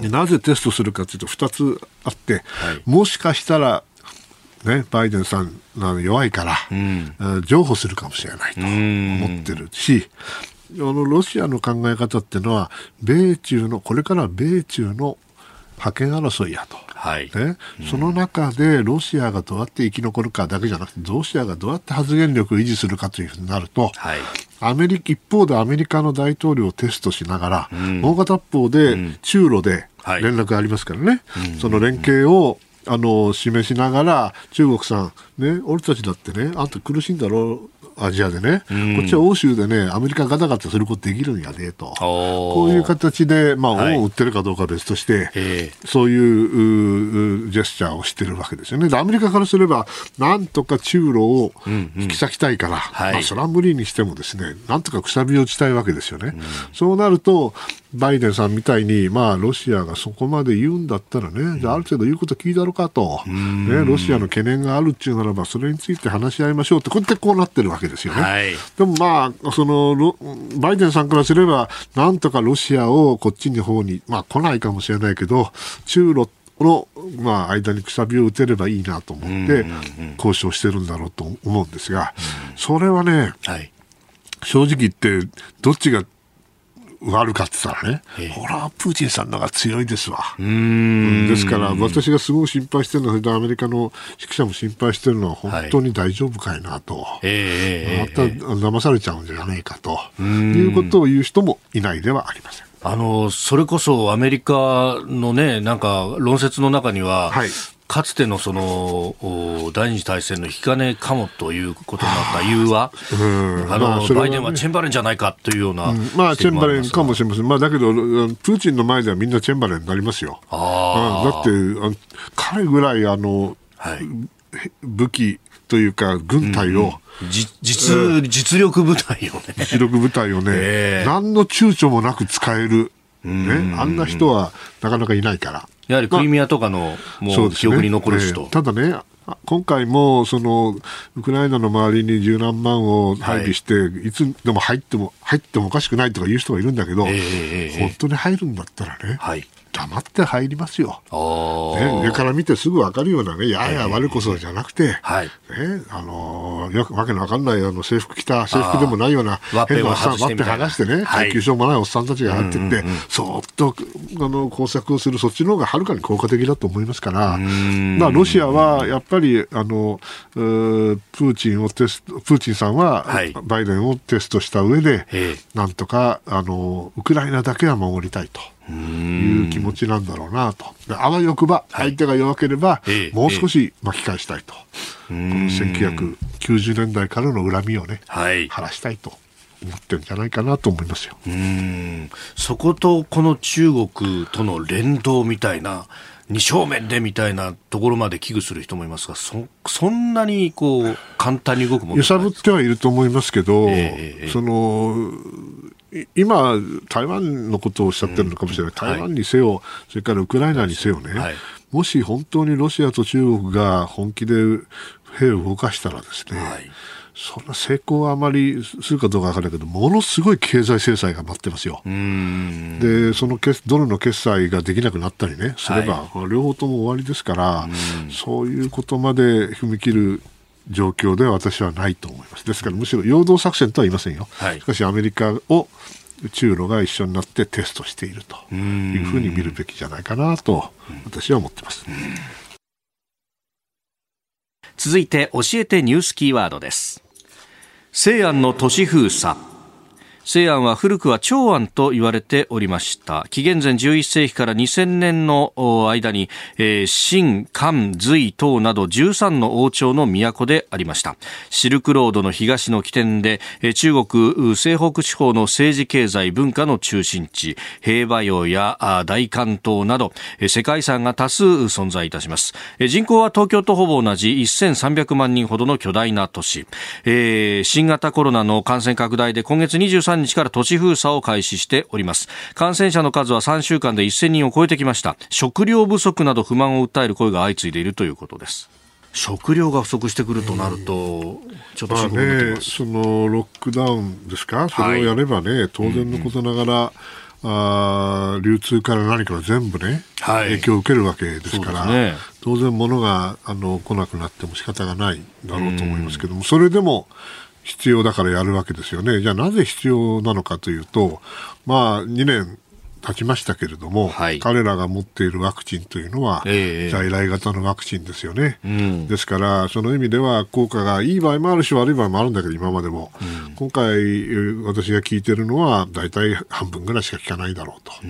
なぜテストするかというとふたつあって、はい、もしかしたら、ね、バイデンさんが弱いから、うん、譲歩するかもしれないと思ってるし、あのロシアの考え方っていうのは米中のこれから米中の覇権争いやと、はいねうん、その中でロシアがどうやって生き残るかだけじゃなくてロシアがどうやって発言力を維持するかというふうになると、はい、アメリカ一方でアメリカの大統領をテストしながら、うん、もう片方で中ロで連絡がありますからね、はい、その連携をあの示しながら中国さん、ね、俺たちだってねあんた苦しいんだろうアジアでね、うん、こっちは欧州でねアメリカガタガタすることできるんやでとこういう形で、まあ、恩を売ってるかどうかは別として、はい、そういうジェスチャーをしてるわけですよね。でアメリカからすればなんとか中ロを引き裂きたいから、うんうんはいまあ、それは無理にしてもですねなんとかくさびを打ちたいわけですよね、うん、そうなるとバイデンさんみたいに、まあ、ロシアがそこまで言うんだったらね、じゃあある程度言うこと聞いたろかと、ね、ロシアの懸念があるっていうならばそれについて話し合いましょうってこうやってこうなってるわけですよね、はい、でもまあそのバイデンさんからすればなんとかロシアをこっちの方に、まあ、来ないかもしれないけど中ロの、まあ、間にくさびを打てればいいなと思って交渉してるんだろうと思うんですが、それはね、はい、正直言ってどっちが悪かって言ったらね、ほらプーチンさんの方が強いですわ。うーんですから私がすごく心配してるのはそれでアメリカの識者も心配してるのは本当に大丈夫かいなと、はい、また騙されちゃうんじゃねえかということを言う人もいないではありません。 あのそれこそアメリカのねなんか論説の中には、はいかつてのその第二次大戦の引き金かもということになった理由は、うんあのまあね、バイデンはチェンバレンじゃないかというような、うん、 まあチェンバレンかもしれません、まあ、だけどプーチンの前ではみんなチェンバレンになりますよ。あ、うん、だってあ彼ぐらいあの、はい、武器というか軍隊を、 うん、実, 実力部隊をね実力部隊をね、えー、何の躊躇もなく使えるね、あんな人はなかなかいないから。 やはりクリミアとかのもう記憶に残る人、 まあえー、ただね、今回もそのウクライナの周りに十何万を配備して、はい、いつでも入っても入ってもおかしくないとか言う人がいるんだけど、えー、本当に入るんだったらね、はい、黙って入りますよ、ね、上から見てすぐ分かるようなね、やや我こそじゃなくて、はい、ね、あのよくわけの分かんないあの制服着た制服でもないような変なおっさんワッペン剥がしてね、耐久性もないおっさんたちが入ってって、はい、そーっとあの工作をする、そっちの方がはるかに効果的だと思いますから、まあ、ロシアはやっぱりあのプーチンをテストプーチンさんはバイデンをテストした上で、はい、なんとかあのウクライナだけは守りたいという気持ちなんだろうなと。あわよくば相手が弱ければ、はい、もう少し巻き返したいと、このせんきゅうひゃくきゅうじゅうねんだいからの恨みをね、はい、晴らしたいと思ってるんじゃないかなと思いますよ。 うーん、そことこの中国との連動みたいな、二正面でみたいなところまで危惧する人もいますが、 そ, そんなにこう簡単に動くもの揺さぶってはいると思いますけど、えー、その今台湾のことをおっしゃってるのかもしれない、うん、台湾にせよ、はい、それからウクライナにせよね、はい、もし本当にロシアと中国が本気で兵を動かしたらですね、はい、そんな成功はあまりするかどうか分からないけど、ものすごい経済制裁が待ってますよ。うーん、でそのドルの決済ができなくなったりねすれば、はい、両方とも終わりですから、うそういうことまで踏み切る状況では私はないと思います。ですからむしろ陽動作戦とは言いませんよ、はい、しかしアメリカを中ロが一緒になってテストしているというふうに見るべきじゃないかなと私は思っています。 続いて教えてニュースキーワードです。西安の都市封鎖。西安は古くは長安と言われておりました。紀元前じゅういっせいきからにせんねんの間に、えー、秦、漢、隋唐などじゅうさんの王朝の都でありました。シルクロードの東の起点で、えー、中国西北地方の政治経済文化の中心地、兵馬俑や大関島など、えー、世界遺産が多数存在いたします。えー、人口は東京とほぼ同じせんさんびゃくまんにんほどの巨大な都市。えー、新型コロナの感染拡大で今月にじゅうさんにちから都市封鎖を開始しております。感染者の数はさんしゅうかんでせんにんを超えてきました。食料不足など不満を訴える声が相次いでいるということです。食料が不足してくるとなると、ちょっと心配になってます。 まあね、そのロックダウンですか、それをやればね、はい、当然のことながら、うんうん、あ流通から何から全部ね、はい、影響を受けるわけですから、ね、当然物があの来なくなっても仕方がないだろうと思いますけども、うん、それでも必要だからやるわけですよね。じゃあなぜ必要なのかというと、まあにねん経ちましたけれども、はい、彼らが持っているワクチンというのは、えー、在来型のワクチンですよね、うん、ですからその意味では効果がいい場合もあるし悪い場合もあるんだけど、今までも、うん、今回私が聞いているのはだいたい半分ぐらいしか効かないだろうと、うん、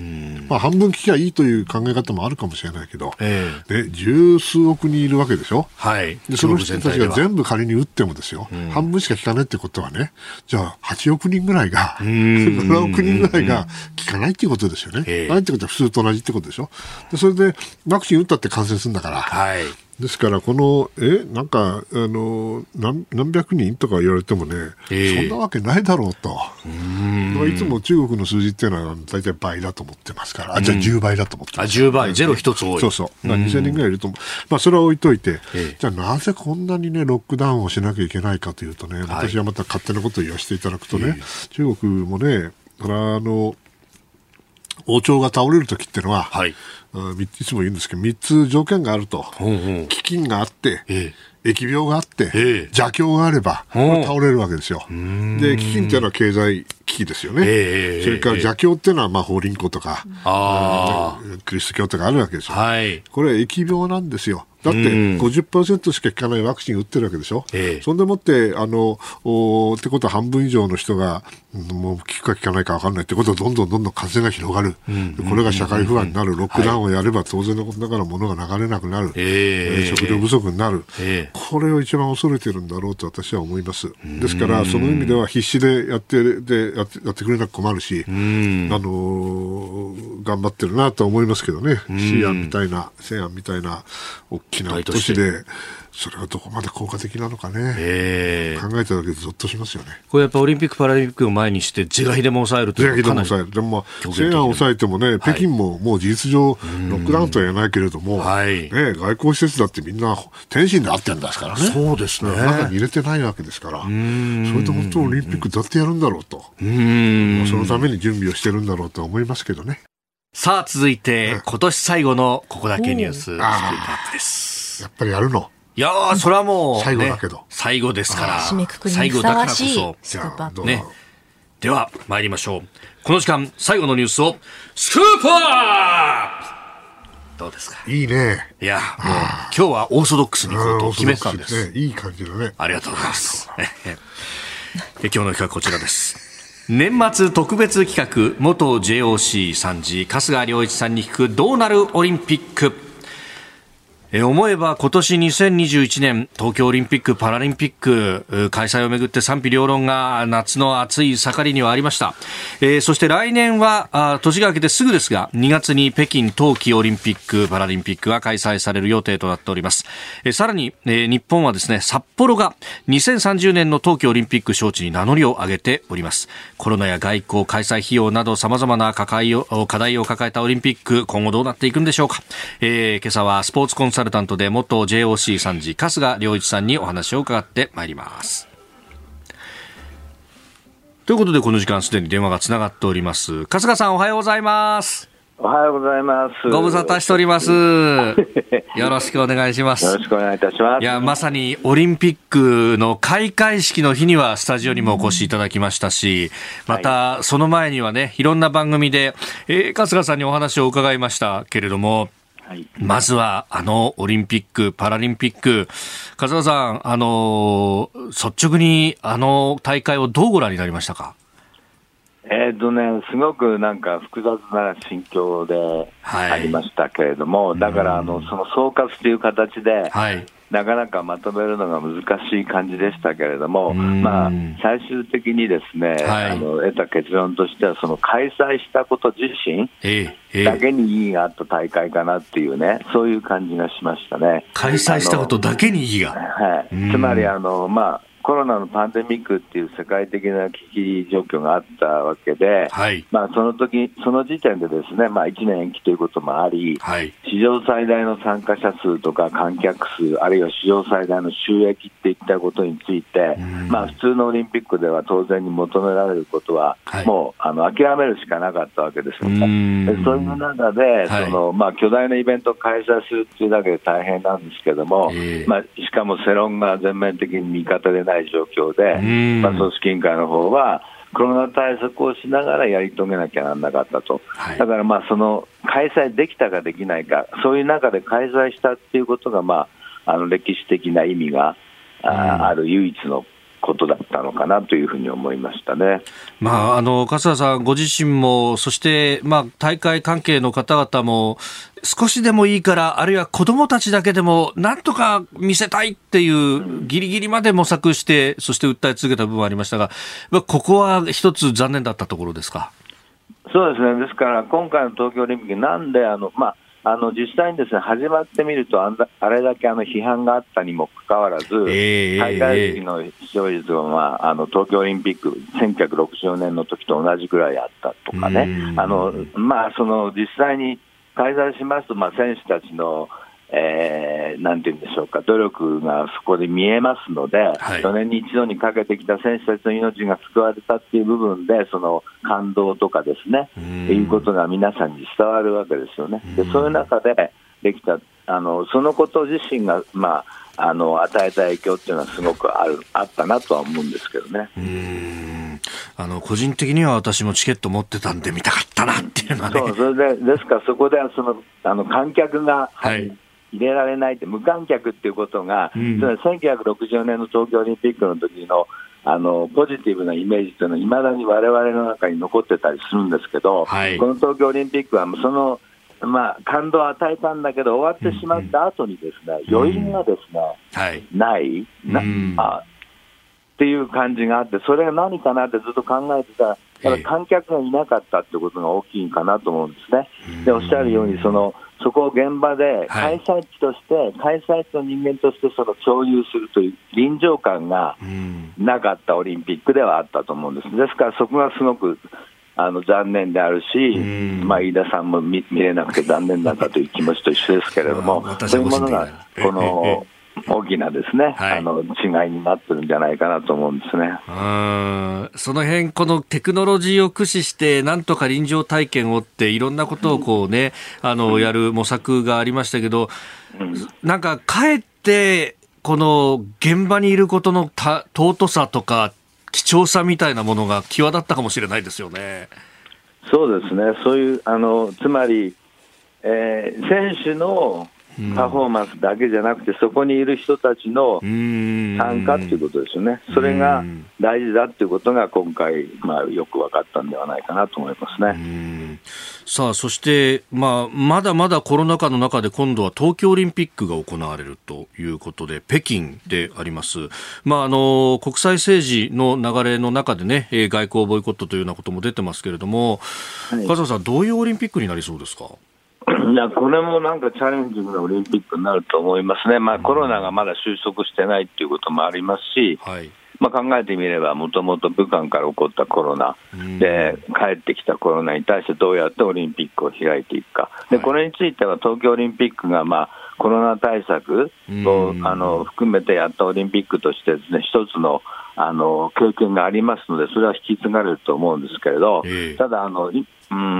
まあ、半分効きゃいいという考え方もあるかもしれないけど、えー、で十数億人いるわけでしょ、はい、でその人たちが全部仮に打ってもですよ、うん、半分しか効かないってことはね、じゃあはちおくにんぐらいがななおくにんぐらいが効かないっていうことですよね。えー、ないってことは普通と同じってことでしょ。でそれでワクチン打ったって感染するんだから、はい、ですからこのえなんかあの 何, 何百人とか言われてもね、えー、そんなわけないだろうと。うーん、いつも中国の数字っていうのは大体倍だと思ってますから、あじゃあじゅうばいだと思ってます、 あじゅうばい、ゼロ一つ多い。 そうそう、にせんにんぐらいいると思う。まあ、それは置いといて、えー、じゃあなぜこんなにねロックダウンをしなきゃいけないかというとね、私はまた勝手なことを言わせていただくとね、えー、中国もね、あの王朝が倒れるときっていうのは、はい、いつも言うんですけどみっつ条件があると、ほうほう、飢饉があって、ええ、疫病があって、ええ、邪教があれば倒れるわけですよ。で飢饉っていうのは経済危機ですよね、ええ、それから邪教っていうのはまあ法輪功とか、あキリスト教とかあるわけですよ、はい、これは疫病なんですよ。だって ごじゅっパーセント しか効かないワクチン打ってるわけでしょ、ええ、そんでもってあのおってことは半分以上の人がもう効くか効かないか分からないってことはどんどんどんどん感染が広がる、うん、これが社会不安になる、ロックダウンをやれば当然のことだから物が流れなくなる、えー、食料不足になる、えー、これを一番恐れてるんだろうと私は思います。ですからその意味では必死でやってでやってやってくれなく困るし、あのー、頑張ってるなと思いますけどね。西安みたいな西安みたいな大ききな都市でそれはどこまで効果的なのかね、えー、考えただけでゾッとしますよね。 これやっぱオリンピックパラリンピックを前にして是が非でも抑えるというのはかなり是が非でも抑える。でも西安を抑えてもね、はい、北京ももう事実上ロックダウンとは言えないけれども、はいね、外交施設だってみんな天津であってるんですからね。 そうですね。 中に入れてないわけですから、うーんそれと本当オリンピックだってやるんだろうと、うーんそのために準備をしてるんだろうと思いますけどね。 さあ続いて、今年最後のここだけニューススクープアップです。 やっぱりやるのいやーそれはもう、ね、 最後だけど最後ですから締めくくりにふさわしいスクープアップ、 ね、では参りましょう。この時間最後のニュースをスクープアップ。どうですか。 いいね。 いやもう今日はオーソドックスに行こうと決めてたんです、 ね、いい感じだね。 ありがとうございますえ今日の企画こちらです。年末特別企画元 ジェイオーシー 参事春日良一さんに聞くどうなるオリンピック。え思えば今年にせんにじゅういちねん東京オリンピック・パラリンピック開催をめぐって賛否両論が夏の暑い盛りにはありました。えー、そして来年はあ年が明けてすぐですがにがつに北京冬季オリンピック・パラリンピックが開催される予定となっております。えー、さらに、えー、日本はですね札幌がにせんさんじゅうねんの冬季オリンピック招致に名乗りを上げております。コロナや外交開催費用など様々な課題を課題を抱えたオリンピック今後どうなっていくんでしょうか。えー、今朝はスポーツコンサルタントで元 ジェイオーシー 参事春日良一さんにお話を伺ってまいります。ということでこの時間すでに電話がつながっております。春日さんおはようございます。 おはようございます。 ご無沙汰しておりますよろしくお願いします。 よろしくお願いいたします。 いやまさにオリンピックの開会式の日にはスタジオにもお越しいただきましたし、またその前にはねいろんな番組で、えー、春日さんにお話を伺いましたけれども、はい、まずはあのオリンピックパラリンピック春日さんあの率直にあの大会をどうご覧になりましたか。 えーとね、すごくなんか複雑な心境でありましたけれども、はい、だからあのその総括という形で、はい、なかなかまとめるのが難しい感じでしたけれども、まあ、最終的にですね、はい、あの得た結論としてはその開催したこと自身だけに意義があった大会かなっていうね、そういう感じがしましたね。 開催したことだけに意義が、 はい、つまりあの、まあコロナのパンデミックっていう世界的な危機状況があったわけで、はい、まあ、その時その時点でですね、まあ、いちねん延期ということもあり、はい、史上最大の参加者数とか観客数あるいは史上最大の収益っていったことについて、まあ、普通のオリンピックでは当然に求められることは、はい、もうあの諦めるしかなかったわけですよね。でそういう中で、はい、そのまあ、巨大なイベントを開催するっていうだけで大変なんですけども、えーまあ、しかも世論が全面的に味方でない状況で、まあ、組織委員会の方はコロナ対策をしながらやり遂げなきゃならなかったと、はい、だからまあその開催できたかできないかそういう中で開催したっていうことが、まあ、あの歴史的な意味が あ, ある唯一のことだったのかなというふうに思いましたね。 まあ、あの春日さんご自身もそして、まあ、大会関係の方々も少しでもいいからあるいは子どもたちだけでもなんとか見せたいっていうギリギリまで模索してそして訴え続けた部分はありましたが、ここは一つ残念だったところですか。 そうですね。ですから今回の東京オリンピックなんであの、まああの実際にですね始まってみると あ, んだあれだけあの批判があったにもかかわらず、えー、開会式の視聴率は、まあ、あの東京オリンピックせんきゅうひゃくろくじゅうよねんの時と同じぐらいあったとかね、あの、まあ、その実際に開催しますと、まあ、選手たちのえー、なんていうんでしょうか努力がそこで見えますので、はい、よねんに一度にかけてきた選手たちの命が救われたっていう部分でその感動とかですねっていうことが皆さんに伝わるわけですよね。でそういう中でできたあのそのこと自身が、まあ、あの与えた影響っていうのはすごくあるあったなとは思うんですけどね。 うーんあの個人的には私もチケット持ってたんで見たかったなっていうのはね。 そうそれでですからそこでそのあの観客が、はい入れられないって無観客っていうことが、うん、せんきゅうひゃくろくじゅうよねんの東京オリンピックの時のあのポジティブなイメージというのはいまだに我々の中に残ってたりするんですけど、はい、この東京オリンピックはその、まあ、感動を与えたんだけど終わってしまった後にですね、うん、余韻がですね、うんはい、ないな、うん、あっていう感じがあってそれが何かなってずっと考えてただから観客がいなかったってことが大きいかなと思うんですね。でおっしゃるようにそのそこを現場で開催地として、はい、開催地の人間としてその共有するという臨場感がなかったオリンピックではあったと思うんです。ですからそこがすごくあの残念であるし、まあ、飯田さんも 見, 見れなくて残念だったという気持ちと一緒ですけれども、そういうものがこの大きなですね、はい、あの違いになってるんじゃないかなと思うんですね。 うんその辺このテクノロジーを駆使してなんとか臨場体験をっていろんなことをこうね、うん、あのやる模索がありましたけど、うん、なんかかえってこの現場にいることのた尊さとか貴重さみたいなものが際立ったかもしれないですよね。 そうですね。そういうあのつまり、えー、選手のパフォーマンスだけじゃなくて、そこにいる人たちの参加ということですよね。それが大事だということが今回、まあ、よく分かったんではないかなと思いますね。 うんさあそして、まあ、まだまだコロナ禍の中で今度は東京オリンピックが行われるということで北京であります、まあ、あの国際政治の流れの中で、ね、外交ボイコットというようなことも出てますけれども、はい、笠原さんどういうオリンピックになりそうですか？ いやこれもなんかチャレンジングなオリンピックになると思いますね。まあ、コロナがまだ収束してないということもありますし、はいまあ、考えてみればもともと武漢から起こったコロナで帰ってきたコロナに対してどうやってオリンピックを開いていくかで、これについては東京オリンピックがまあコロナ対策をあの含めてやったオリンピックとしてですね、一つのあの経験がありますので、それは引き継がれると思うんですけれど、ただあの、うん、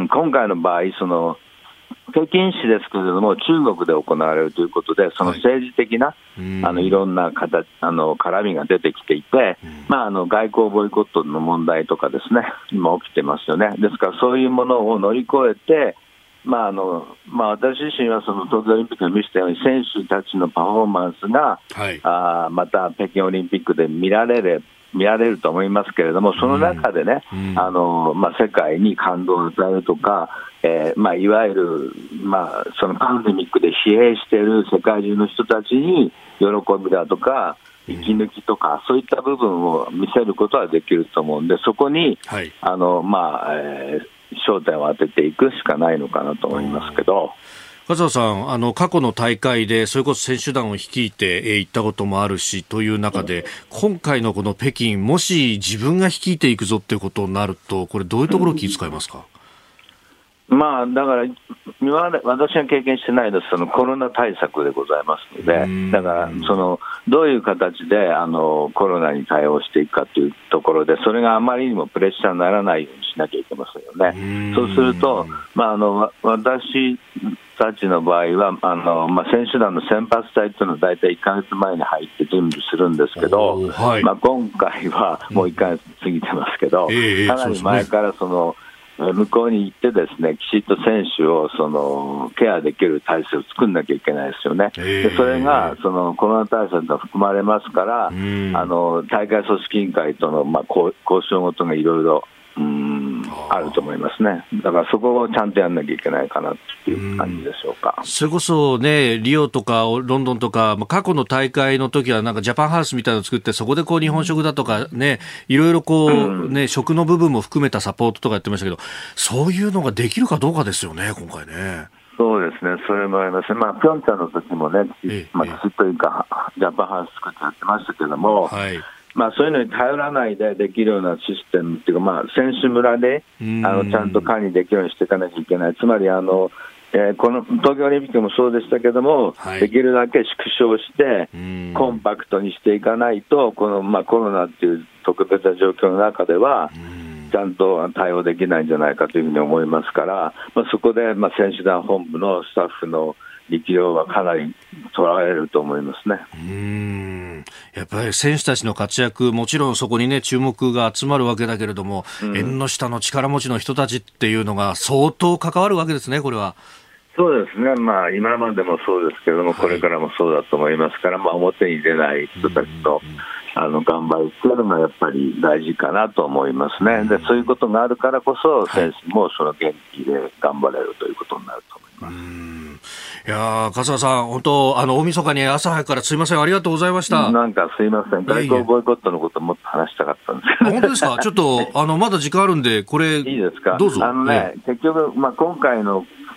今回の場合その北京市ですけれども中国で行われるということで、その政治的な、はい、あのいろんな形あの絡みが出てきていて、まあ、あの外交ボイコットの問題とかですね今起きてますよね。ですからそういうものを乗り越えて、まああのまあ、私自身はその東京オリンピックで見せたように選手たちのパフォーマンスが、はい、あまた北京オリンピックで見られる見られると思いますけれども、その中でね、うんうんあのまあ、世界に感動を与えるとか、えーまあ、いわゆる、まあ、そのパンデミックで疲弊している世界中の人たちに喜びだとか息抜きとか、うん、そういった部分を見せることはできると思うんで、そこに、はいあのまあえー、焦点を当てていくしかないのかなと思いますけど。 笠原さん、あの過去の大会でそれこそ選手団を率いて、えー、行ったこともあるしという中で、今回のこの北京もし自分が率いていくぞということになると、これどういうところを気遣いますか？ まあ、だから今まで私が経験してないのはそのコロナ対策でございますので、だからそのどういう形であのコロナに対応していくかというところで、それがあまりにもプレッシャーにならないようにしなきゃいけませんよね。そうすると、まあ、あの私たちの場合はあの、まあ、選手団の先発隊というのは大体いっかげつまえに入って準備するんですけど、はいまあ、今回はもういっかげつ過ぎてますけど、うんえー、かなり前からその向こうに行ってですね、きちっと選手をそのケアできる体制を作んなきゃいけないですよね。でそれがそのコロナ対策が含まれますから、あの大会組織委員会とのまあ交渉事がいろいろあると思いますね。だからそこをちゃんとやんなきゃいけないかなっていう感じでしょうか。 うそれこそね、リオとかロンドンとか過去の大会の時はなんかジャパンハウスみたいなのを作って、そこでこう日本食だとかね、いろいろこうね、食の部分も含めたサポートとかやってましたけど、そういうのができるかどうかですよね、今回ね。 そうですね、それもありますね。まあピョンチャンの時もね、まあ、きちっというかジャパンハウス作ってやってましたけども、はいまあ、そういうのに頼らないでできるようなシステムっていうか、まあ、選手村であのちゃんと管理できるようにしていかなきゃいけない。つまりあの、えー、この東京オリンピックもそうでしたけども、はい、できるだけ縮小してコンパクトにしていかないと、この、まあ、コロナっていう特別な状況の中ではちゃんと対応できないんじゃないかというふうに思いますから、まあ、そこで、まあ、選手団本部のスタッフの力量はかなり取られると思いますね。 うーんやっぱり選手たちの活躍、もちろんそこにね注目が集まるわけだけれども、うん、縁の下の力持ちの人たちっていうのが相当関わるわけですね、これは。 そうですね、まあ、今までもそうですけれども、はい、これからもそうだと思いますから、まあ、表に出ない人たちの、あの頑張りというのがやっぱり大事かなと思いますね。でそういうことがあるからこそ、選手もその元気で頑張れるということになると思います。 うんいや笠原さん、本当あの大晦日に朝早くからすいません、ありがとうございました。 なんかすいません、外交ボイコットのこともっと話したかったんですけど、 本当ですか。ちょっとあのまだ時間あるんで、これいいですか。 どうぞ。 あのね、ええ、結局、まあ、今回の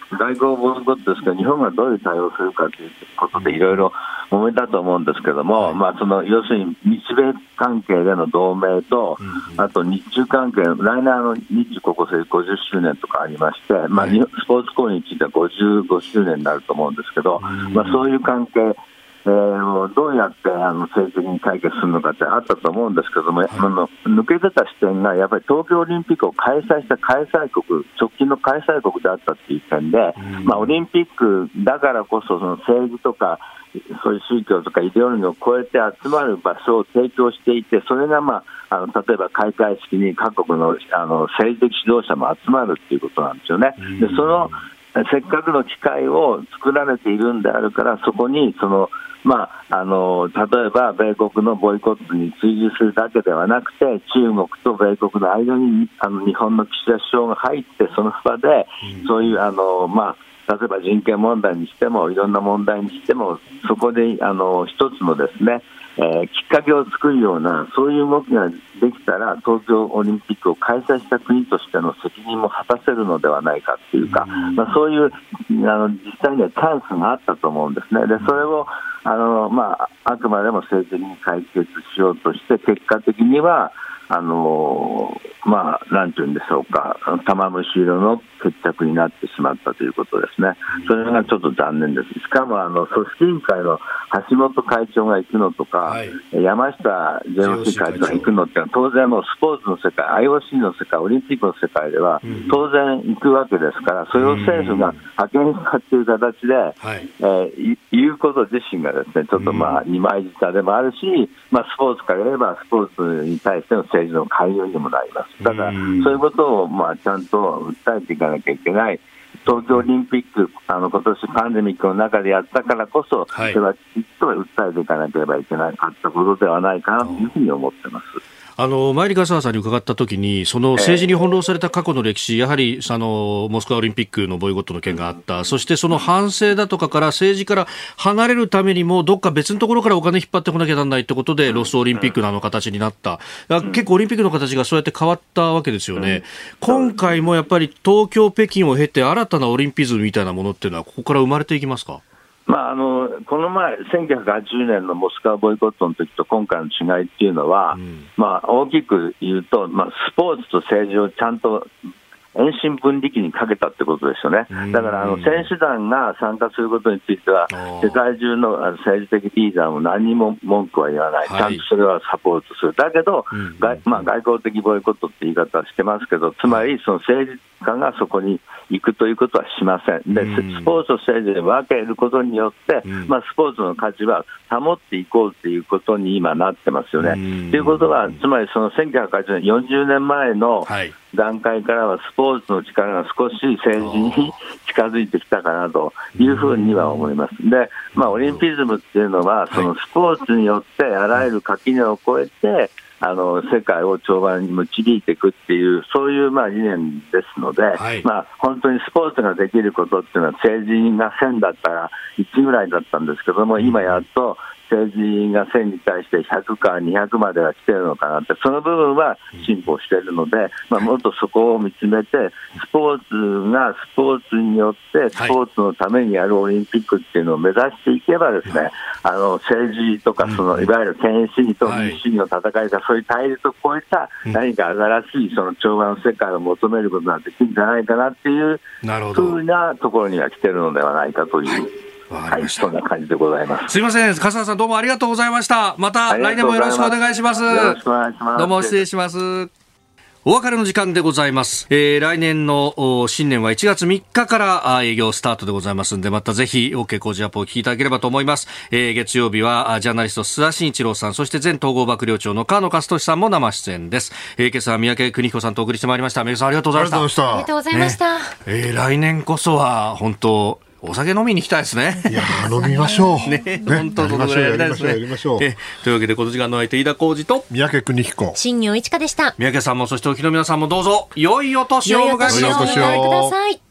外交ボイコットですけど、日本がどういう対応をするかということでいろいろ揉めたと思うんですけども、まあ、その要するに日米関係での同盟と、あと日中関係、来年あの日中国交正ごじゅっしゅうねんとかありまして、まあ、スポーツ公園についてはごじゅうごしゅうねんになると思うんですけど、まあ、そういう関係、えー、どうやってあの政治的に解決するのかってあったと思うんですけども、はい、あの抜けてた視点がやっぱり東京オリンピックを開催した開催国、直近の開催国であったという点で、まあ、オリンピックだからこそ、その政治とかそういう宗教とかイデオロギーを超えて集まる場所を提供していて、それが、まあ、あの例えば開会式に各国 の, あの政治的指導者も集まるということなんですよね。でそのせっかくの機会を作られているんであるから、そこにそのまあ、あの例えば米国のボイコットに追従するだけではなくて、中国と米国の間にあの日本の岸田首相が入って、その場でそういうあの、まあ、例えば人権問題にしてもいろんな問題にしても、そこであの一つのですね、えー、きっかけを作るようなそういう動きができたら、東京オリンピックを開催した国としての責任も果たせるのではないかというか、まあ、そういうあの実際にはチャンスがあったと思うんですね。でそれをあの、まあ、あくまでも政治的に解決しようとして、結果的にはあのまあ、なんていうんでしょうか、玉虫色の決着になってしまったということですね。それがちょっと残念です。しかもあの組織委員会の橋本会長が行くのとか、はい、山下 ジェイオーシー 会長が行くのって当然もうスポーツの世界、 アイオーシー の世界、オリンピックの世界では当然行くわけですから、それを政府が派遣したという形で、はい、えー、言うこと自身がですね、ちょっとまあ二枚舌でもあるし、まあ、スポーツから言えばスポーツに対しての政治の介入にもなります。ただ、そういうことをまあちゃんと訴えていかなきゃいけない。東京オリンピック、あの今年パンデミックの中でやったからこそ、はい、それはきっと訴えていかなければいけなかったことではないかなというふうに思っています。 あの前に笠原さんに伺ったときに、その政治に翻弄された過去の歴史、やはりあのモスクワオリンピックのボイコットの件があった、そしてその反省だとかから政治から離れるためにもどっか別のところからお金引っ張ってこなきゃならないってことでロスオリンピックのあの形になった。結構オリンピックの形がそうやって変わったわけですよね。今回もやっぱり東京、北京を経て新たなオリンピズムみたいなものっていうのはここから生まれていきますか？ まあ、あのこの前、せんきゅうひゃくはちじゅうねんのモスクワボイコットの時と今回の違いっていうのは、うん、まあ、大きく言うと、まあ、スポーツと政治をちゃんと遠心分離機にかけたってことですよね。だからあの選手団が参加することについては世界中の政治的リーダーも何も文句は言わない、はい、ちゃんとそれはサポートする。だけど、うん外まあ、外交的ボイコットって言い方はしてますけど、つまりその政治家がそこに行くということはしません。で、スポーツと政治で分けることによって、まあ、スポーツの価値は保っていこうということに今なってますよね。ということはつまりそのせんきゅうひゃくはちじゅうねん、よんじゅうねんまえの段階からはスポーツの力が少し政治に近づいてきたかなというふうには思います。で、まあ、オリンピズムっていうのはそのスポーツによってあらゆる垣根を越えてあの世界を調和に導いていくっていうそういうまあ理念ですので、はい、まあ、本当にスポーツができることっていうのは政治がせんだったらいちぐらいだったんですけども、今やっと政治がせんに対してひゃくかにひゃくまでは来てるのかなって、その部分は進歩しているので、まあ、もっとそこを見つめてスポーツがスポーツによってスポーツのためにやるオリンピックっていうのを目指していけばですね、あの政治とかそのいわゆる権威主義と民主主義の戦いがそういう対立を超えた何か新しいその調和の世界を求めることができるんじゃないかなっていうふうなところには来てるのではないかという、はい、そんな感じでございます。 すいません、笠原さんどうもありがとうございました。また来年もよろしくお願いします。 よろしくお願いします。 どうも失礼します。お別れの時間でございます。えー、来年の新年はいちがつみっかから営業スタートでございますので、またぜひ OK 工事アップをお聞きいただければと思います。えー、月曜日はジャーナリスト須田慎一郎さん、そして前統合幕僚長の河野克俊さんも生出演です。えー、今朝は三宅邦彦さんとお送りしてまいりました。三宅さんありがとうございました。 ありがとうございました。 ね、えー、来年こそは本当お酒飲みに行きたいですね。 いや飲みましょう。 ね、ね、本当そのぐらいやりたいですね。やりましょう。えというわけでこの時間の相手飯田浩司と三宅邦彦、 新業一華でした。 三宅さんもそしてお聞きの皆さんもどうぞ良いお年をお迎えください。